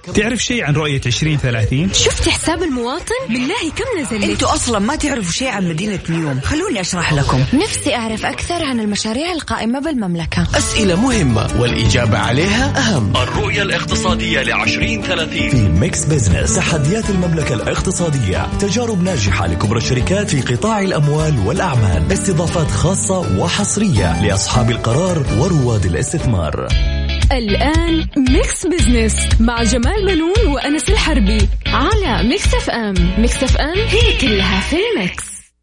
تعرف شيء عن رؤية 2030؟ شفت حساب المواطن؟ بالله كم نزل لك؟ انتوا أصلا ما تعرفوا شيء عن مدينة نيوم، خلوني أشرح لكم. نفسي أعرف أكثر عن المشاريع القائمة بالمملكة. أسئلة مهمة والإجابة عليها أهم. الرؤية الاقتصادية ل2030 في ميكس بزنس. تحديات المملكة الاقتصادية، تجارب ناجحة لكبرى الشركات في قطاع الأموال والأعمال، استضافات خاصة وحصرية لأصحاب القرار ورواد الاستثمار. الآن ميكس بزنس مع جمال بنون وأنس الحربي على ميكس اف ام. ميكس اف ام هي كلها في الميكس.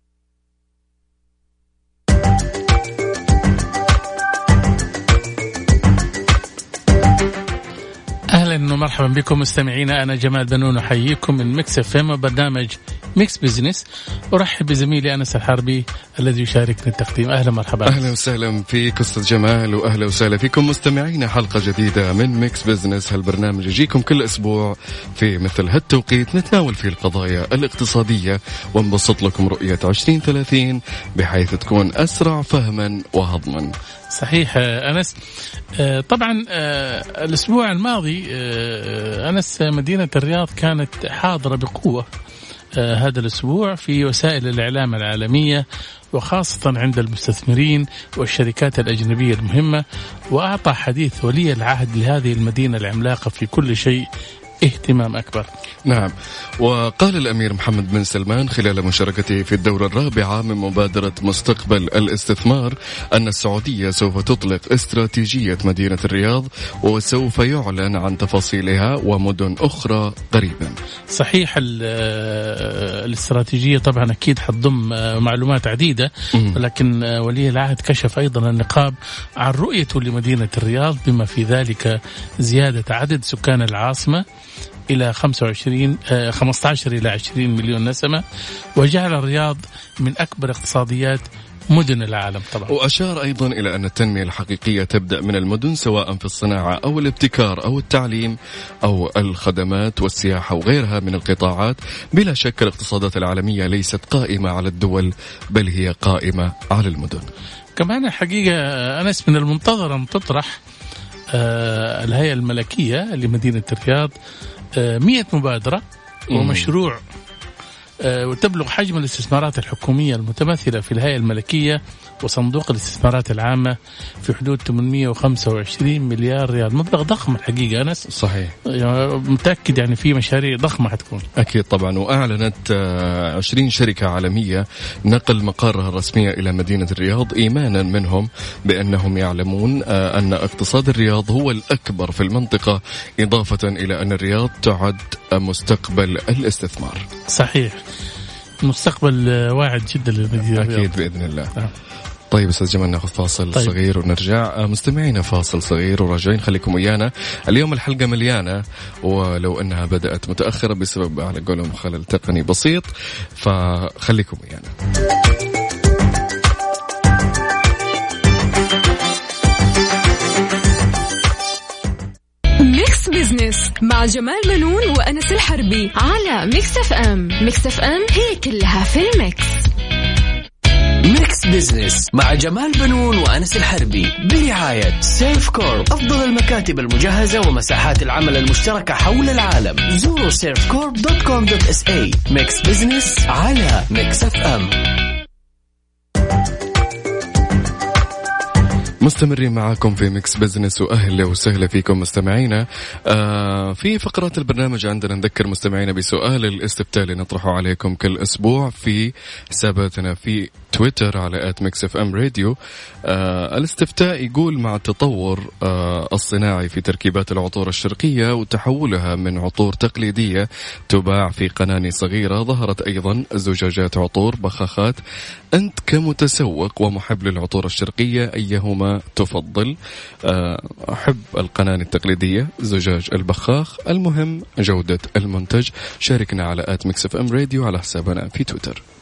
أهلا ومرحبا بكم مستمعينا، أنا جمال بنون أحييكم من ميكس اف ام وبرنامج ميكس بزنس. أرحب بزميلي أنس الحربي الذي يشاركني التقديم. أهلا مرحبا. أهلا وسهلا فيك أستاذ جمال، وأهلا وسهلا فيكم مستمعينا. حلقة جديدة من ميكس بزنس. هالبرنامج يجيكم كل أسبوع في مثل هالتوقيت، نتناول فيه القضايا الاقتصادية ونبسط لكم رؤية 2030 بحيث تكون أسرع فهما وهضما. صحيح أنس. طبعا الأسبوع الماضي أنس مدينة الرياض كانت حاضرة بقوة هذا الأسبوع في وسائل الإعلام العالمية، وخاصة عند المستثمرين والشركات الأجنبية المهمة، وأعطى حديث ولي العهد لهذه المدينة العملاقة في كل شيء اهتمام أكبر. نعم، وقال الأمير محمد بن سلمان خلال مشاركته في الدورة الرابعة من مبادرة مستقبل الاستثمار أن السعودية سوف تطلق استراتيجية مدينة الرياض، وسوف يعلن عن تفاصيلها ومدن أخرى قريبا. صحيح، الاستراتيجية طبعا أكيد حتضم معلومات عديدة، ولكن ولي العهد كشف أيضا النقاب عن رؤيته لمدينة الرياض بما في ذلك زيادة عدد سكان العاصمة إلى 15 إلى 20 مليون نسمة، وجعل الرياض من أكبر اقتصاديات مدن العالم طبعا. وأشار أيضا إلى أن التنمية الحقيقية تبدأ من المدن، سواء في الصناعة أو الابتكار أو التعليم أو الخدمات والسياحة وغيرها من القطاعات. بلا شك الاقتصادات العالمية ليست قائمة على الدول، بل هي قائمة على المدن. كمان حقيقة أنس من المنتظر أن تطرح الهيئة الملكية لمدينة الرياض 100 مبادرة ومشروع، وتبلغ حجم الاستثمارات الحكومية المتمثلة في الهيئة الملكية وصندوق الاستثمارات العامة في حدود 825 مليار ريال. مبلغ ضخم الحقيقة أنس. صحيح، متأكد يعني في مشاريع ضخمة حتكون. أكيد طبعا. وأعلنت 20 شركة عالمية نقل مقرها الرسمية إلى مدينة الرياض، إيمانا منهم بأنهم يعلمون أن اقتصاد الرياض هو الأكبر في المنطقة، إضافة إلى أن الرياض تعد مستقبل الاستثمار. صحيح، مستقبل واعد جدا للمدينة الرياض. أكيد بإذن الله. طيب أستاذ جمال، ناخذ فاصل صغير ونرجع. مستمعينا فاصل صغير وراجعين، خليكم ويانا. اليوم الحلقة مليانة، ولو أنها بدأت متأخرة بسبب على قولهم خلل تقني بسيط، فخليكم ويانا. ميكس بزنس مع جمال بنون وأنس الحربي على ميكس اف ام. ميكس اف ام هي كلها في الميكس. ميكس بزنس مع جمال بنون وأنس الحربي برعاية سيرف كورب، أفضل المكاتب المجهزة ومساحات العمل المشتركة حول العالم. زوروا surfcorp.com.sa. ميكس بزنس على ميكس اف ام. مستمرين معاكم في ميكس بزنس، وأهلا وسهلا فيكم مستمعينا. في فقرات البرنامج عندنا نذكر مستمعينا بسؤال الاستفتاء اللي نطرحه عليكم كل أسبوع في حساباتنا في تويتر على @mixfmradio. الاستفتاء يقول: مع التطور الصناعي في تركيبات العطور الشرقية وتحولها من عطور تقليدية تباع في قناني صغيرة، ظهرت أيضا زجاجات عطور بخاخات. أنت كمتسوق ومحب للعطور الشرقية أيهما تفضل؟ أحب القناني التقليدية، زجاج البخاخ، المهم جودة المنتج. شاركنا على @mixfmradio على حسابنا في تويتر.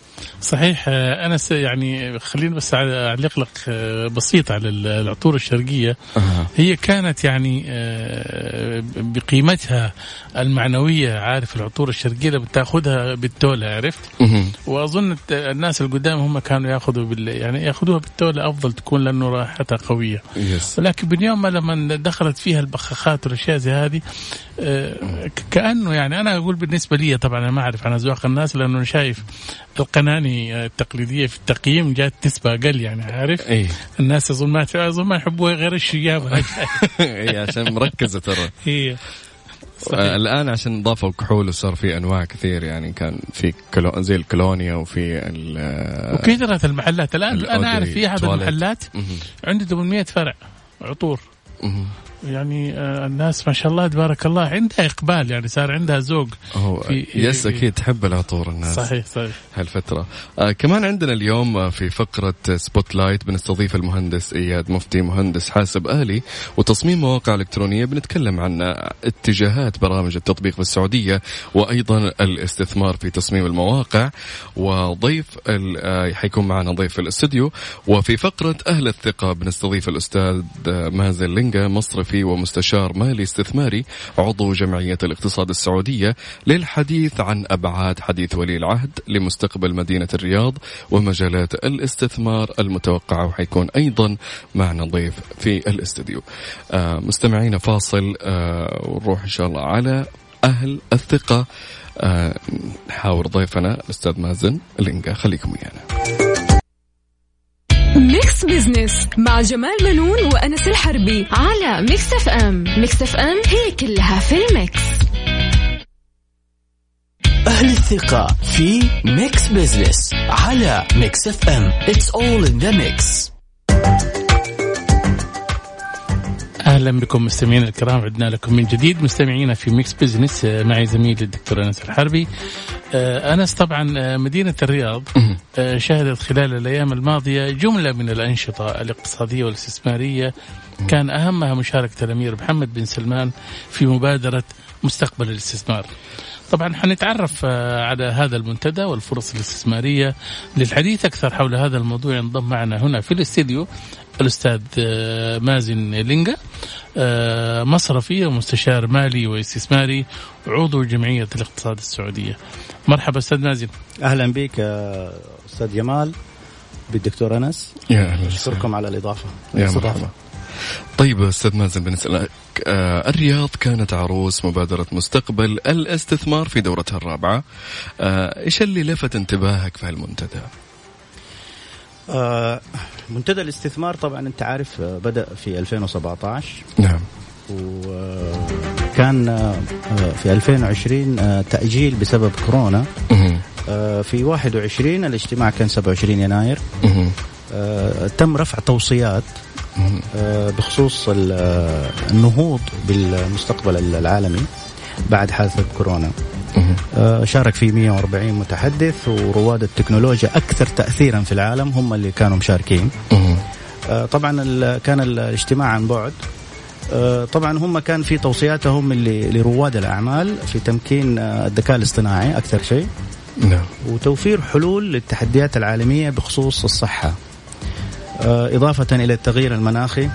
صحيح. أنا يعني خليني بس أعلق لك بسيط على العطور الشرقية. هي كانت يعني بقيمتها المعنوية، عارف العطور الشرقية بتاخدها بالتولة، عرفت؟ وأظن الناس القدام هم كانوا يعني ياخذوها بالتولة أفضل تكون، لأنه رائحتها قوية. ولكن باليوم ما لما دخلت فيها البخاخات والأشياء زي هذه، كأنه يعني أنا أقول بالنسبة لي طبعا أنا ما أعرف عن أذواق الناس، لأنه شايف القناني التقليدية في التقييم جات نسبة أقل، يعني عارف الناس أظن ما يحبوها غير الشيابة. عشان مركزة ترى. الآن عشان ضافوا كحول وصار في أنواع كثير، يعني كان في زي الكولونيا وفي وكثرة المحلات الآن. أنا أعرف في أحد المحلات عنده 800 فرع عطور. يعني الناس ما شاء الله تبارك الله عندها إقبال، يعني صار عندها ذوق. يس أكيد تحب العطور الناس. صحيح. هالفترة كمان عندنا اليوم في فقرة سبوت لايت بنستضيف المهندس إياد مفتي، مهندس حاسب آلي وتصميم مواقع إلكترونية. بنتكلم عن اتجاهات برامج التطبيق في السعودية، وأيضا الاستثمار في تصميم المواقع. وضيف حيكون معنا ضيف في الاستوديو. وفي فقرة أهل الثقة بنستضيف الأستاذ مازن لينجا، مصرفي ومستشار مالي استثماري، عضو جمعية الاقتصاد السعودية، للحديث عن أبعاد حديث ولي العهد لمستقبل مدينة الرياض ومجالات الاستثمار المتوقعة. وحيكون أيضا معنا ضيف في الاستوديو. مستمعين فاصل ونروح إن شاء الله على أهل الثقة. نحاور ضيفنا الأستاذ مازن لينجا، خليكم ويانا. ميكس بزنس مع جمال منون وأنس الحربي على ميكس اف ام. ميكس اف ام هي كلها في الميكس. أهل الثقة في ميكس بزنس على ميكس اف ام. It's all in the mix. أهلا بكم مستمعين الكرام، عدنا لكم من جديد مستمعينا في ميكس بزنس معي زميلي الدكتور أنس الحربي. أنس، طبعا مدينة الرياض شهدت خلال الأيام الماضية جملة من الأنشطة الاقتصادية والاستثمارية، كان أهمها مشاركة الأمير محمد بن سلمان في مبادرة مستقبل الاستثمار. طبعا حنتعرف على هذا المنتدى والفرص الاستثمارية. للحديث أكثر حول هذا الموضوع ينضم معنا هنا في الاستديو الأستاذ مازن لينجا، مصرفي ومستشار مالي واستثماري، عضو جمعية الاقتصاد السعودية. مرحبا أستاذ مازن. أهلا بك أستاذ جمال، بالدكتور أنس. أشكركم على الإضافة. يا مرحبا. طيب أستاذ مازن، بنسألك الرياض كانت عروس مبادرة مستقبل الاستثمار في دورتها الرابعة، إيش اللي لفت انتباهك في هالمنتدى؟ منتدى الاستثمار طبعا أنت عارف بدأ في 2017. نعم. وكان في 2020 تأجيل بسبب كورونا. في 21 الاجتماع كان 27 يناير. تم رفع توصيات بخصوص النهوض بالمستقبل العالمي بعد حادثة كورونا. شارك فيه 140 متحدث، ورواد التكنولوجيا أكثر تأثيرا في العالم هم اللي كانوا مشاركين. طبعا كان الاجتماع عن بعد. طبعا هم كان في توصياتهم اللي لرواد الأعمال في تمكين الذكاء الاصطناعي أكثر شيء، وتوفير حلول للتحديات العالمية بخصوص الصحة، إضافة إلى التغيير المناخي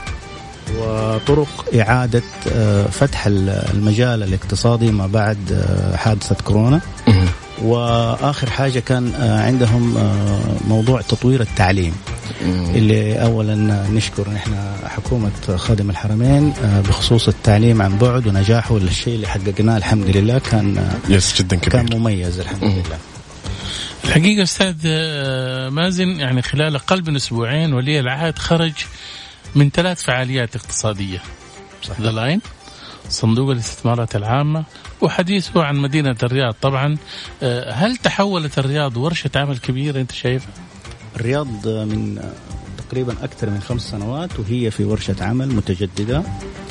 وطرق إعادة فتح المجال الاقتصادي ما بعد حادثة كورونا. وآخر حاجة كان عندهم موضوع تطوير التعليم، اللي أولا نشكر نحن حكومة خادم الحرمين بخصوص التعليم عن بعد ونجاحه، الشيء اللي حققناه الحمد لله كان جدا كبير، كان مميز الحمد لله. الحقيقة أستاذ مازن، يعني خلال أقل من أسبوعين ولي العهد خرج من 3 فعاليات اقتصادية، ذا لاين، صندوق الاستثمارات العامة، وحديثه عن مدينة الرياض. طبعا هل تحولت الرياض ورشة عمل كبيرة أنت شايفها؟ الرياض من تقريبا أكثر من 5 سنوات وهي في ورشة عمل متجددة.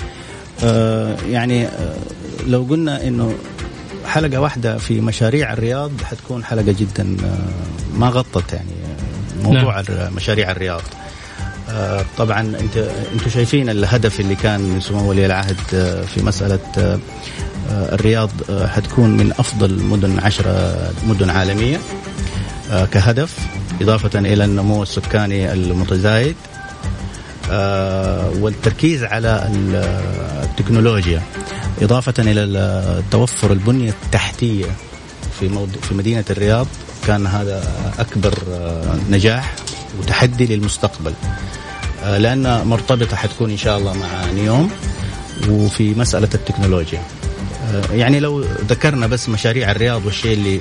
يعني لو قلنا إنه حلقة واحدة في مشاريع الرياض حتكون حلقة جدا ما غطت يعني موضوع مشاريع الرياض. طبعا انتوا شايفين الهدف اللي كان من سمو ولي العهد في مسألة الرياض حتكون من أفضل 10 مدن عالمية. كهدف، إضافة إلى النمو السكاني المتزايد، والتركيز على التكنولوجيا، إضافة إلى توفر البنية التحتية في مدينة الرياض. كان هذا أكبر نجاح وتحدي للمستقبل، لأن مرتبطة حتكون إن شاء الله مع نيوم وفي مسألة التكنولوجيا. يعني لو ذكرنا بس مشاريع الرياض والشيء اللي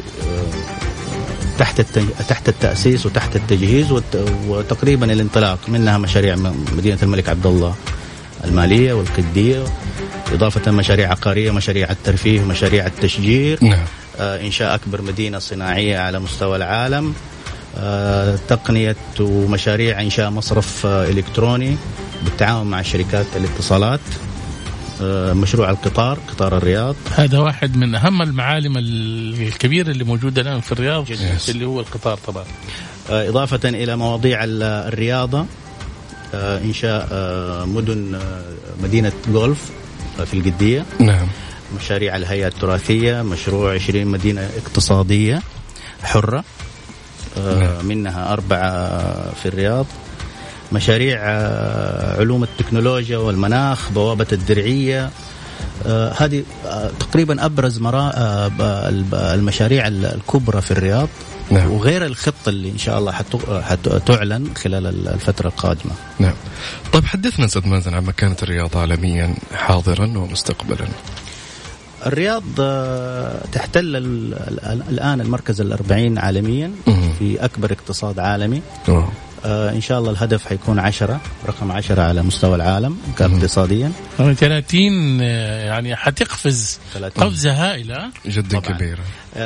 تحت التأسيس وتحت التجهيز وتقريبا الانطلاق منها مشاريع مدينة الملك عبد الله المالية والقدية، إضافة مشاريع عقارية، مشاريع الترفيه، مشاريع التشجير، إنشاء أكبر مدينة صناعية على مستوى العالم، تقنية ومشاريع إنشاء مصرف إلكتروني بالتعاون مع شركات الاتصالات، مشروع قطار الرياض. هذا واحد من أهم المعالم الكبيرة اللي موجودة الآن في الرياض اللي هو القطار طبعا. إضافة إلى مواضيع الرياضة، إنشاء مدن مدينة جولف في القدية. نعم. مشاريع الهيئة التراثية، مشروع 20 مدينة اقتصادية حرة، منها 4 في الرياض. مشاريع علوم التكنولوجيا والمناخ، بوابة الدرعية. هذه تقريبا أبرز المشاريع الكبرى في الرياض. نعم. وغير الخطة اللي إن شاء الله حتعلن خلال الفترة القادمة. نعم. طيب حدثنا أستاذ مازن عن مكانة الرياض عالميا حاضرا ومستقبلا. الرياض تحتل الآن المركز 40 عالميا في أكبر اقتصاد عالمي. إن شاء الله الهدف حيكون رقم 10 على مستوى العالم كاقتصاديا. 30 يعني حتقفز قفزة هائلة جدا كبيرة.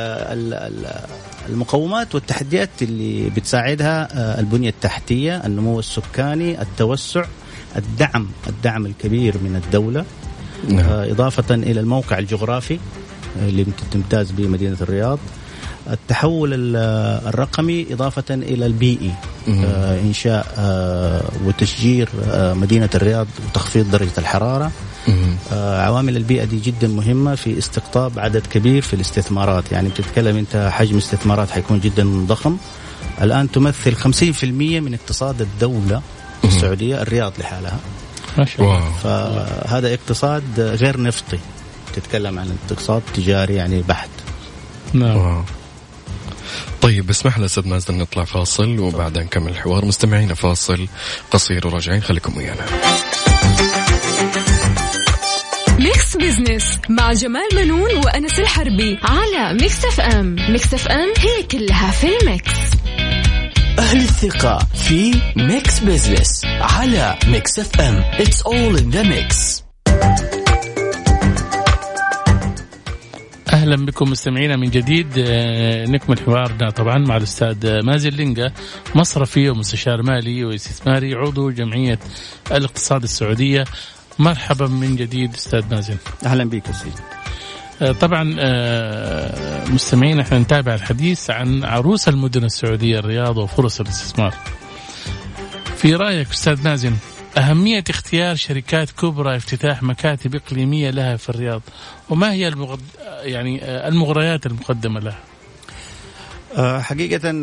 المقومات والتحديات اللي بتساعدها البنية التحتية، النمو السكاني، التوسع، الدعم الكبير من الدولة. إضافة إلى الموقع الجغرافي اللي تمتاز به مدينة الرياض، التحول الرقمي، إضافة إلى البيئي، إنشاء وتشجير مدينة الرياض وتخفيض درجة الحرارة. عوامل البيئة دي جدا مهمة في استقطاب عدد كبير في الاستثمارات. يعني بتتكلم أنت حجم استثمارات حيكون جدا ضخم. الآن تمثل 50% من اقتصاد الدولة السعودية الرياض لحالها. ما شاء الله. فهذا اقتصاد غير نفطي، تتكلم عن اقتصاد تجاري يعني بحت. نعم. طيب اسمح لي أستاذ مازن نطلع فاصل وبعدين نكمل الحوار. مستمعينا فاصل قصير وراجعين، خليكم ويانا. ميكس بزنس مع جمال منون وأنس الحربي على ميكس اف ام. ميكس اف ام هي كلها في الميكس. أهل الثقة في ميكس بزنس على ميكس اف ام. It's all in the mix. أهلا بكم مستمعينا من جديد. نكمل حوارنا طبعا مع الأستاذ مازن لينجا، مصرفي ومستشار مالي واستثماري، عضو جمعية الاقتصاد السعودية. مرحبا من جديد أستاذ مازن. أهلا بك سيدي. طبعا مستمعين احنا نتابع الحديث عن عروس المدن السعودية الرياض وفرص الاستثمار. في رأيك أستاذ مازن أهمية اختيار شركات كبرى افتتاح مكاتب إقليمية لها في الرياض، وما هي المغريات المقدمة لها؟ حقيقة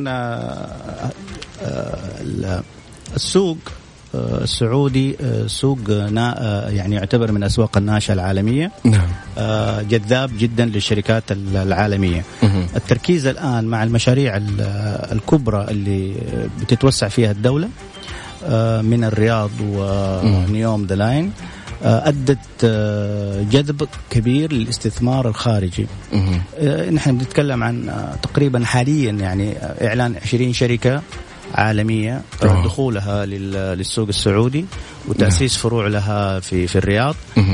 السوق السعودي سوق يعني يعتبر من أسواق الناشئة العالمية. نعم. جذاب جدا للشركات العالمية. التركيز الآن مع المشاريع الكبرى اللي بتتوسع فيها الدولة من الرياض ونيوم ذا لاين أدت جذب كبير للاستثمار الخارجي. نحن بنتكلم عن تقريبا حاليا يعني إعلان 20 شركة عالمية دخولها للسوق السعودي وتأسيس فروع لها في الرياض،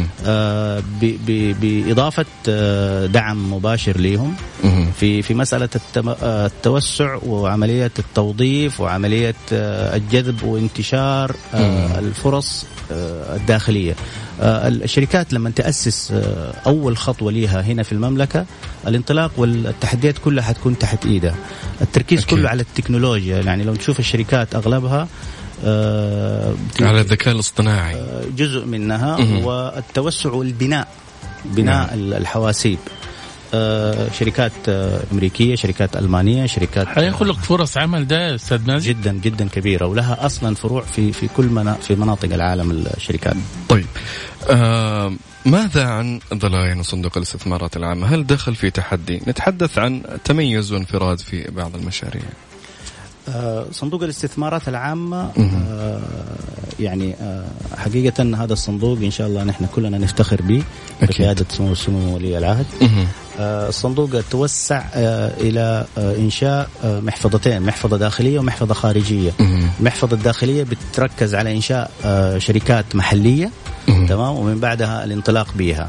بإضافة دعم مباشر لهم في مسألة التوسع وعملية التوظيف وعملية الجذب وانتشار الفرص الداخلية. الشركات لما تأسس أول خطوة ليها هنا في المملكة، الانطلاق والتحديات كلها حتكون تحت إيدها. التركيز أكيد. كله على التكنولوجيا. يعني لو نشوف الشركات أغلبها على الذكاء الاصطناعي جزء منها، والتوسع والبناء الحواسيب. شركات أمريكية، شركات ألمانية، شركات حيخلق فرص عمل ده أستاذ مازن جدا جدا كبيرة، ولها أصلا فروع في كل في مناطق العالم الشركات. طيب ماذا عن ضلاين وصندوق الاستثمارات العامة؟ هل دخل في تحدي؟ نتحدث عن تميز وانفراد في بعض المشاريع. صندوق الاستثمارات العامة يعني حقيقة هذا الصندوق إن شاء الله نحن كلنا نفتخر به بقيادة سمو ولي العهد. الصندوق توسع إلى إنشاء محفظتين، محفظة داخلية ومحفظة خارجية. المحفظة الداخلية بتركز على إنشاء شركات محلية، تمام، ومن بعدها الانطلاق بها.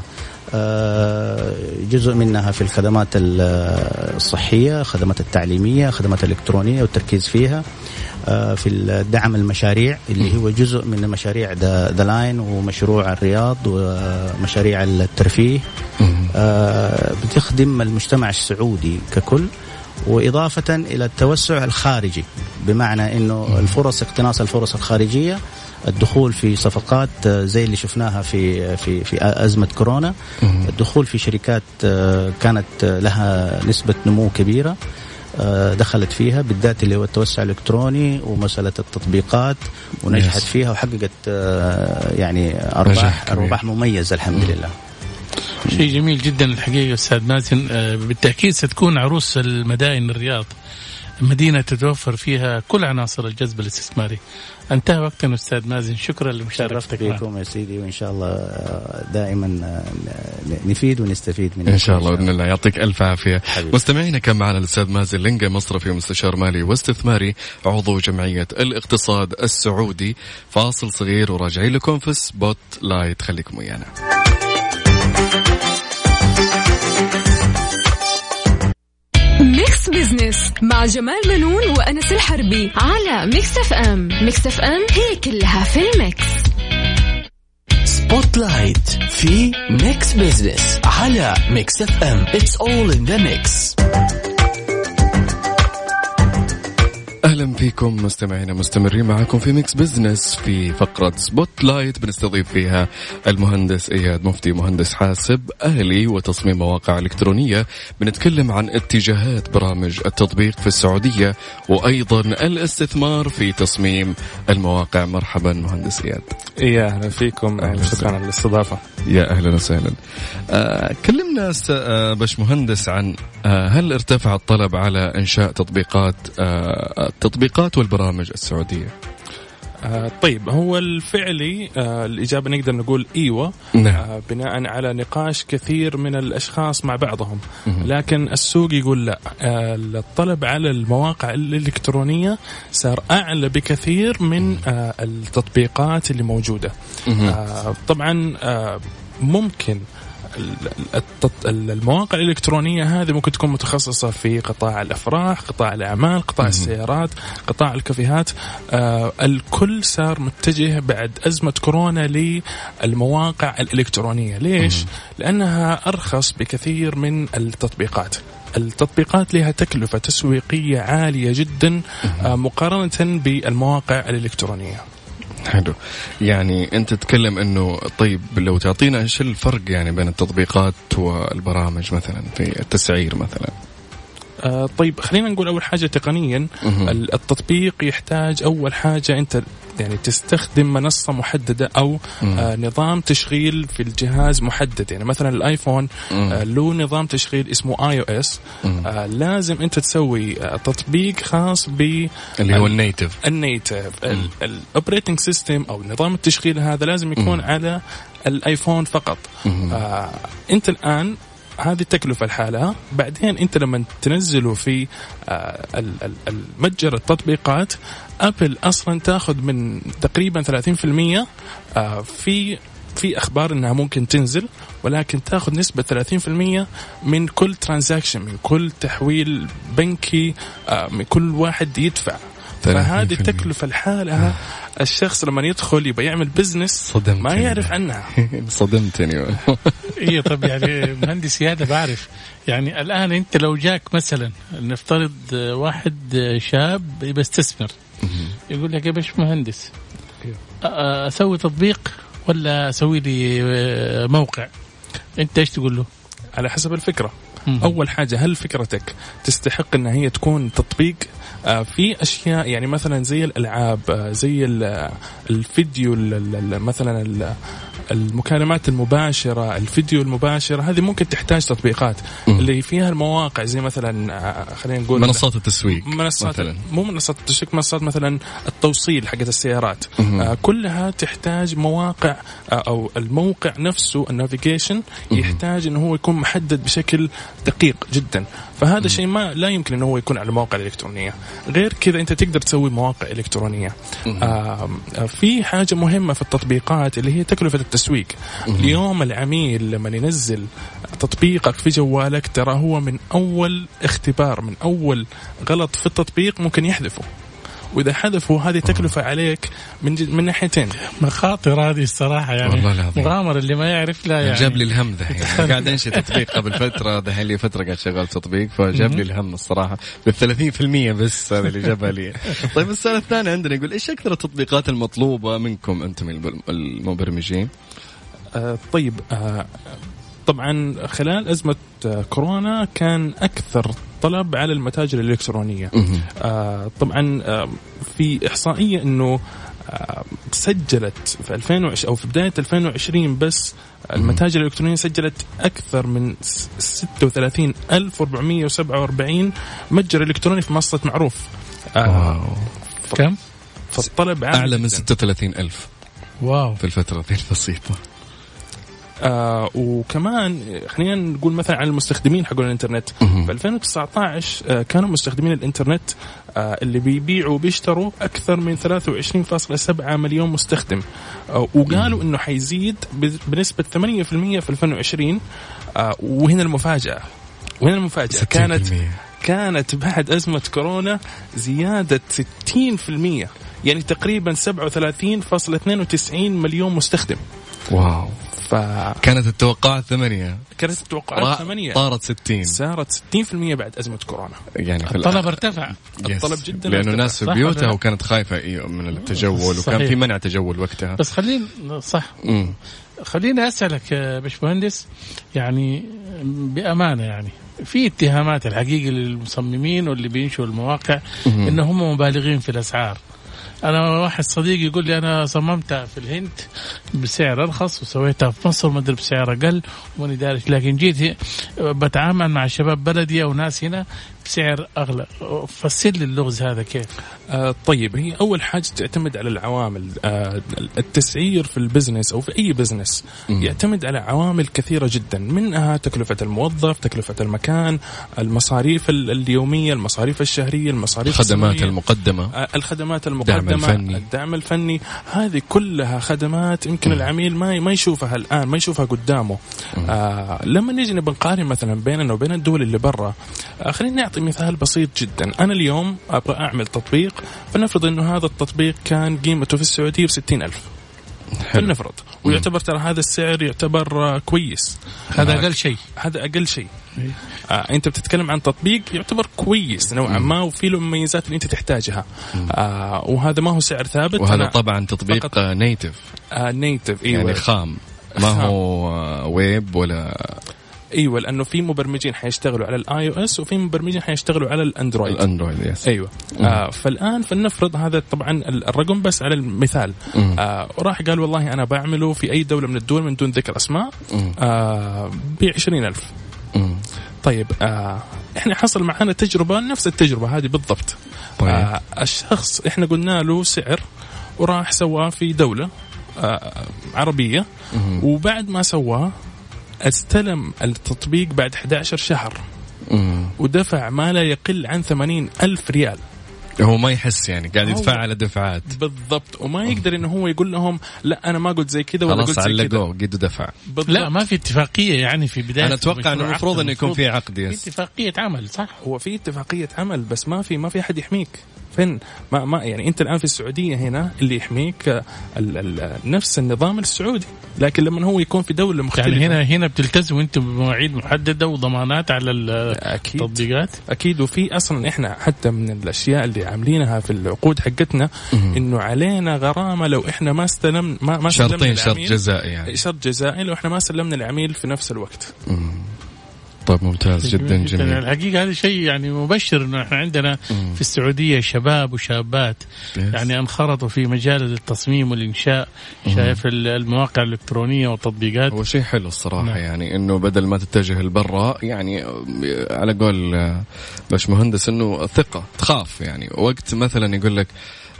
جزء منها في الخدمات الصحية، خدمات التعليمية، خدمات الإلكترونية والتركيز فيها. في الدعم المشاريع اللي هو جزء من مشاريع ذا لاين ومشروع الرياض ومشاريع الترفيه. بتخدم المجتمع السعودي ككل، وإضافة إلى التوسع الخارجي، بمعنى إنه الفرص، اقتناص الفرص الخارجية، الدخول في صفقات زي اللي شفناها في أزمة كورونا، الدخول في شركات كانت لها نسبة نمو كبيرة دخلت فيها، بالذات اللي هو التوسع الإلكتروني ومسألة التطبيقات، ونجحت فيها وحققت يعني أرباح مميزة الحمد لله. شيء جميل جدا الحقيقة أستاذ مازن. بالتأكيد ستكون عروس المدائن الرياض، مدينة تتوفر فيها كل عناصر الجذب الاستثماري. انتهى وقتنا أستاذ مازن، شكرا لمشاركتك فيكم يا سيدي، وإن شاء الله دائما نفيد ونستفيد من إن شاء الله بإذن الله. يعطيك ألف عافية. مستمعينا كان معنا الأستاذ مازن لنقة، مصرفي ومستشار مالي واستثماري، عضو جمعية الاقتصاد السعودي. فاصل صغير وراجعين لكم في سبوت لايت، خليكم ويانا. ميكس بزنس مع جمال منون وأنس الحربي على ميكس اف ام. ميكس اف ام هي كلها في الميكس. سبوت لايت في ميكس بزنس على ميكس اف ام. It's all in the mix. أهلا فيكم مستمعينا، مستمرين معكم في ميكس بزنس في فقرة سبوت لايت، بنستضيف فيها المهندس إياد مفتي، مهندس حاسب آلي وتصميم مواقع إلكترونية. بنتكلم عن اتجاهات برامج التطبيق في السعودية، وأيضا الاستثمار في تصميم المواقع. مرحبا مهندس إياد. يا أهلا فيكم، شكرا على الاستضافة. يا أهلا وسهلا. كلمنا باش مهندس عن هل ارتفع الطلب على إنشاء التطبيقات والبرامج السعودية؟ طيب، هو الفعلي الإجابة نقدر نقول إيوة. نعم. بناء على نقاش كثير من الأشخاص مع بعضهم، لكن السوق يقول لا. الطلب على المواقع الإلكترونية صار أعلى بكثير من التطبيقات اللي موجودة. طبعا ممكن المواقع الإلكترونية هذه ممكن تكون متخصصة في قطاع الأفراح، قطاع الأعمال، قطاع السيارات، قطاع الكافيهات. الكل صار متجه بعد أزمة كورونا للمواقع الإلكترونية. ليش؟ لأنها أرخص بكثير من التطبيقات لها تكلفة تسويقية عالية جدا مقارنة بالمواقع الإلكترونية. حلو. يعني أنت تتكلم أنه طيب لو تعطينا إيش الفرق يعني بين التطبيقات والبرامج مثلا في التسعير مثلا؟ طيب خلينا نقول أول حاجة تقنيا. التطبيق يحتاج أول حاجة أنت يعني تستخدم منصة محددة أو نظام تشغيل في الجهاز محدد. يعني مثلا الآيفون له نظام تشغيل اسمه iOS. لازم أنت تسوي تطبيق خاص ب اللي هو النيتف الأوبريتنج سيستم أو نظام التشغيل هذا لازم يكون على الآيفون فقط. أنت الآن هذه التكلفة الحالة. بعدين أنت لما تنزله في المتجر التطبيقات، أبل أصلا تأخذ من تقريبا 30%. في أخبار أنها ممكن تنزل، ولكن تأخذ نسبة 30% من كل ترانزاكشن، من كل تحويل بنكي، من كل واحد يدفع. فهذه التكلفة الحالة الشخص لما يدخل يبقى يعمل بزنس ما يعرف عنها. صدمتني. إيه طب يعني مهندس هذا بعرف. يعني الآن أنت لو جاك مثلا نفترض واحد شاب بيستثمر، يقول لك يا باش مهندس أسوي تطبيق ولا أسوي لي موقع، أنت إيش تقول له؟ على حسب الفكرة. أول حاجة هل فكرتك تستحق أن هي تكون تطبيق؟ في أشياء يعني مثلا زي الألعاب، زي الفيديو مثلا المكالمات المباشرة، الفيديو المباشر، هذه ممكن تحتاج تطبيقات اللي فيها المواقع زي مثلا خلينا نقول منصات التسويق، منصات مو منصات التسويق، منصات مثلا التوصيل حقت السيارات، كلها تحتاج مواقع أو الموقع نفسه النافيجيشن يحتاج إنه هو يكون محدد بشكل دقيق جدا. فهذا شيء ما لا يمكن إنه هو يكون على مواقع الإلكترونية. غير كذا أنت تقدر تسوي مواقع إلكترونية. في حاجة مهمة في التطبيقات اللي هي تكلفة التسويق. اليوم العميل لما ينزل تطبيقك في جوالك ترى هو من أول اختبار، من أول غلط في التطبيق ممكن يحذفه، وإذا حذفوا هذه تكلفة عليك من ناحيتين. مخاطر هذه الصراحة يعني، مغامرة اللي ما يعرف لا يعني. جاب لي الهم ده يعني. قاعد أنشئ تطبيق قبل فترة، ده لي فترة قاعد شغال تطبيق، فجاب لي الهم الصراحة بال30% بس هذا اللي جابها لي. طيب السؤال الثاني عندنا يقول إيش أكثر التطبيقات المطلوبة منكم أنتم المبرمجين؟ طيب طبعا خلال أزمة كورونا كان أكثر طلب على المتاجر الإلكترونية. طبعا في إحصائية أنه سجلت في 2020 أو في بداية 2020 بس المتاجر الإلكترونية سجلت أكثر من 36,447 متجر إلكتروني في منصة معروف. كم؟ فالطلب أعلى من 36,000 واو في الفترة ذي البسيطة. وكمان خلينا نقول مثلا على المستخدمين حقون الانترنت في 2019 كانوا مستخدمين الانترنت اللي بيبيعوا وبيشتروا أكثر من 23.7 مليون مستخدم، وقالوا إنه حيزيد بنسبة 8% في 2020. وهنا المفاجأة كانت بعد أزمة كورونا زيادة 60%، يعني تقريبا 37.92 مليون مستخدم. واو. كانت التوقعات 8، كانت التوقعات 8 صارت 60، صارت 60% بعد أزمة كورونا. يعني الطلب ارتفع، الطلب جدا، لأنه الناس في بيوتها وكانت خايفة من التجول، وكان في منع تجول وقتها. بس خليني أسألك باشمهندس، يعني بأمانة، يعني في اتهامات الحقيقة للمصممين واللي بينشوا المواقع إنهم مبالغين في الأسعار. أنا واحد صديق يقول لي أنا صممتها في الهند بسعر أرخص وسويتها في مصر ما أدري بسعر أقل وماني دارش، لكن جيت بتعامل مع شباب بلدي أو ناس هنا بسعر أغلى. فسر لي اللغز هذا كيف؟ طيب، هي أول حاجة تعتمد على العوامل. التسعير في البزنس أو في أي بزنس يعتمد على عوامل كثيرة جدا، منها تكلفة الموظف، تكلفة المكان، المصاريف اليومية، المصاريف الشهرية، المصاريف الخدمات المقدمة، الدعم الفني. هذه كلها خدمات يمكن العميل ما يشوفها الآن، ما يشوفها قدامه. لما نيجي نقارن مثلا بيننا وبين الدول اللي برا، خلينا نعطي مثال بسيط جدا. أنا اليوم أبغى أعمل تطبيق، فنفرض إنه هذا التطبيق كان قيمته في السعودية ب60,000، فلنفرض، ويعتبر ترى هذا السعر يعتبر كويس. هذا أقل شيء. أنت بتتكلم عن تطبيق يعتبر كويس نوعا ما، وفي له مميزات اللي أنت تحتاجها. وهذا ما هو سعر ثابت. وهذا طبعا تطبيق نيتف. نيتف، يعني خام، ما هو ويب ولا. ايوه، لانه في مبرمجين حيشتغلوا على الاي او اس وفي مبرمجين حيشتغلوا على الاندرويد. يس. ايوه. فالان فلنفرض هذا طبعا الرقم بس على المثال. وراح قال والله انا بعمله في اي دوله من الدول من دون ذكر اسماء ب20,000. طيب احنا حصل معنا تجربه نفس التجربه هذه بالضبط. الشخص احنا قلنا له سعر وراح سواه في دوله عربيه، وبعد ما سواه استلم التطبيق بعد 11 شهر ودفع ما لا يقل عن 80,000 ريال. هو ما يحس، يعني قاعد يدفع على دفعات بالضبط، وما يقدر إنه هو يقول لهم لا أنا ما قلت زي كذا ولا قلت زي كذا، قد دفع. لا، ما في اتفاقية يعني في بداية. أنا أتوقع إنه المفروض إنه يكون في عقد. في اتفاقية عمل، صح؟ هو في اتفاقية عمل، بس ما في أحد يحميك. فين ما يعني أنت الآن في السعودية هنا اللي يحميك نفس النظام السعودي، لكن لما هو يكون في دولة مختلفة يعني هنا بتلتزم أنتم بمواعيد محددة وضمانات على التطبيقات. أكيد. وفي أصلا إحنا حتى من الأشياء اللي عاملينها في العقود حقتنا إنه علينا غرامة لو إحنا ما استلمنا ما شرط جزائي، يعني شرط جزائي لو إحنا ما سلمنا العميل في نفس الوقت. طيب ممتاز جدا جميل. الحقيقة هذا شيء يعني مبشر إنه إحنا عندنا في السعودية شباب وشابات يعني انخرطوا في مجال التصميم والإنشاء. شايف المواقع الإلكترونية والتطبيقات، هو شيء حلو الصراحة. يعني إنه بدل ما تتجه لبرا، يعني على قول باش مهندس إنه ثقة تخاف، يعني وقت مثلا يقول لك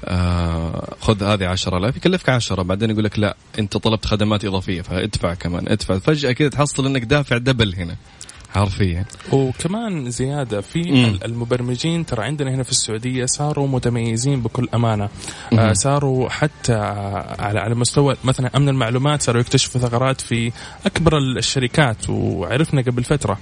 خذ هذه 10,000 يكلفك 10، بعدين يقول لك لا أنت طلبت خدمات إضافية فادفع كمان ادفع، فجأة كده تحصل إنك دافع دبل هنا حرفيا. وكمان زيادة في المبرمجين ترى عندنا هنا في السعودية صاروا متميزين بكل أمانة. صاروا حتى على مستوى مثلا أمن المعلومات صاروا يكتشفوا ثغرات في أكبر الشركات، وعرفنا قبل فترة.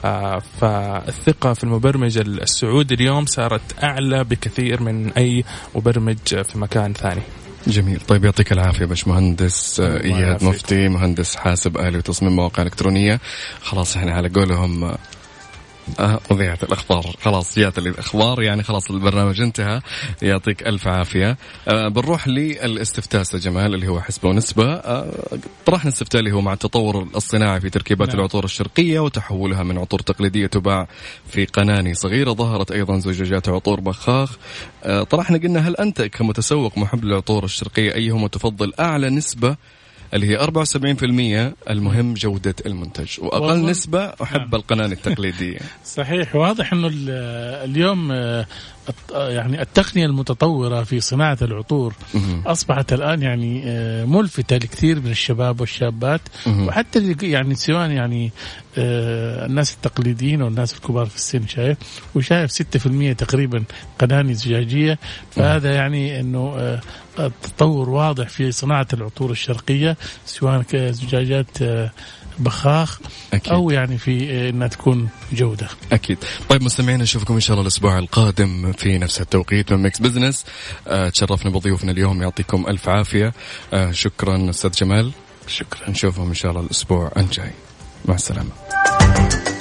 فالثقة في المبرمج السعودي اليوم صارت أعلى بكثير من أي مبرمج في مكان ثاني. جميل. طيب يعطيك العافية باش مهندس إياد مفتي، مهندس حاسب آلي وتصميم مواقع إلكترونية. خلاص احنا على قولهم وضيعت الأخبار، خلاص جات لي الأخبار، يعني خلاص البرنامج انتهى. يعطيك ألف عافية. بنروح للاستفتاء جمال اللي هو حسبة ونسبة. طرحنا الاستفتاء اللي هو مع التطور الصناعي في تركيبات العطور الشرقية وتحولها من عطور تقليدية تباع في قناني صغيرة، ظهرت أيضا زجاجات عطور بخاخ. طرحنا قلنا هل أنت كمتسوق محب للعطور الشرقية أيهما تفضل؟ أعلى نسبة اللي هي 74% المهم جودة المنتج، وأقل نسبة أحب القناة التقليدية. صحيح. واضح أنه اليوم يعني التقنية المتطورة في صناعة العطور أصبحت الآن يعني ملفتة لكثير من الشباب والشابات، وحتى يعني سواء يعني الناس التقليديين والناس الكبار في السن. شايف 6% تقريبا قناني زجاجية. فهذا يعني أنه التطور واضح في صناعة العطور الشرقية، سواء كزجاجات بخاخ أكيد. أو يعني في أنها تكون جودة. أكيد. طيب مستمعين، نشوفكم إن شاء الله الأسبوع القادم في نفس التوقيت من ميكس بزنس. تشرفنا بضيوفنا اليوم، يعطيكم ألف عافية. شكرا أستاذ جمال. شكرا. نشوفهم إن شاء الله الأسبوع الجاي. مع السلامة.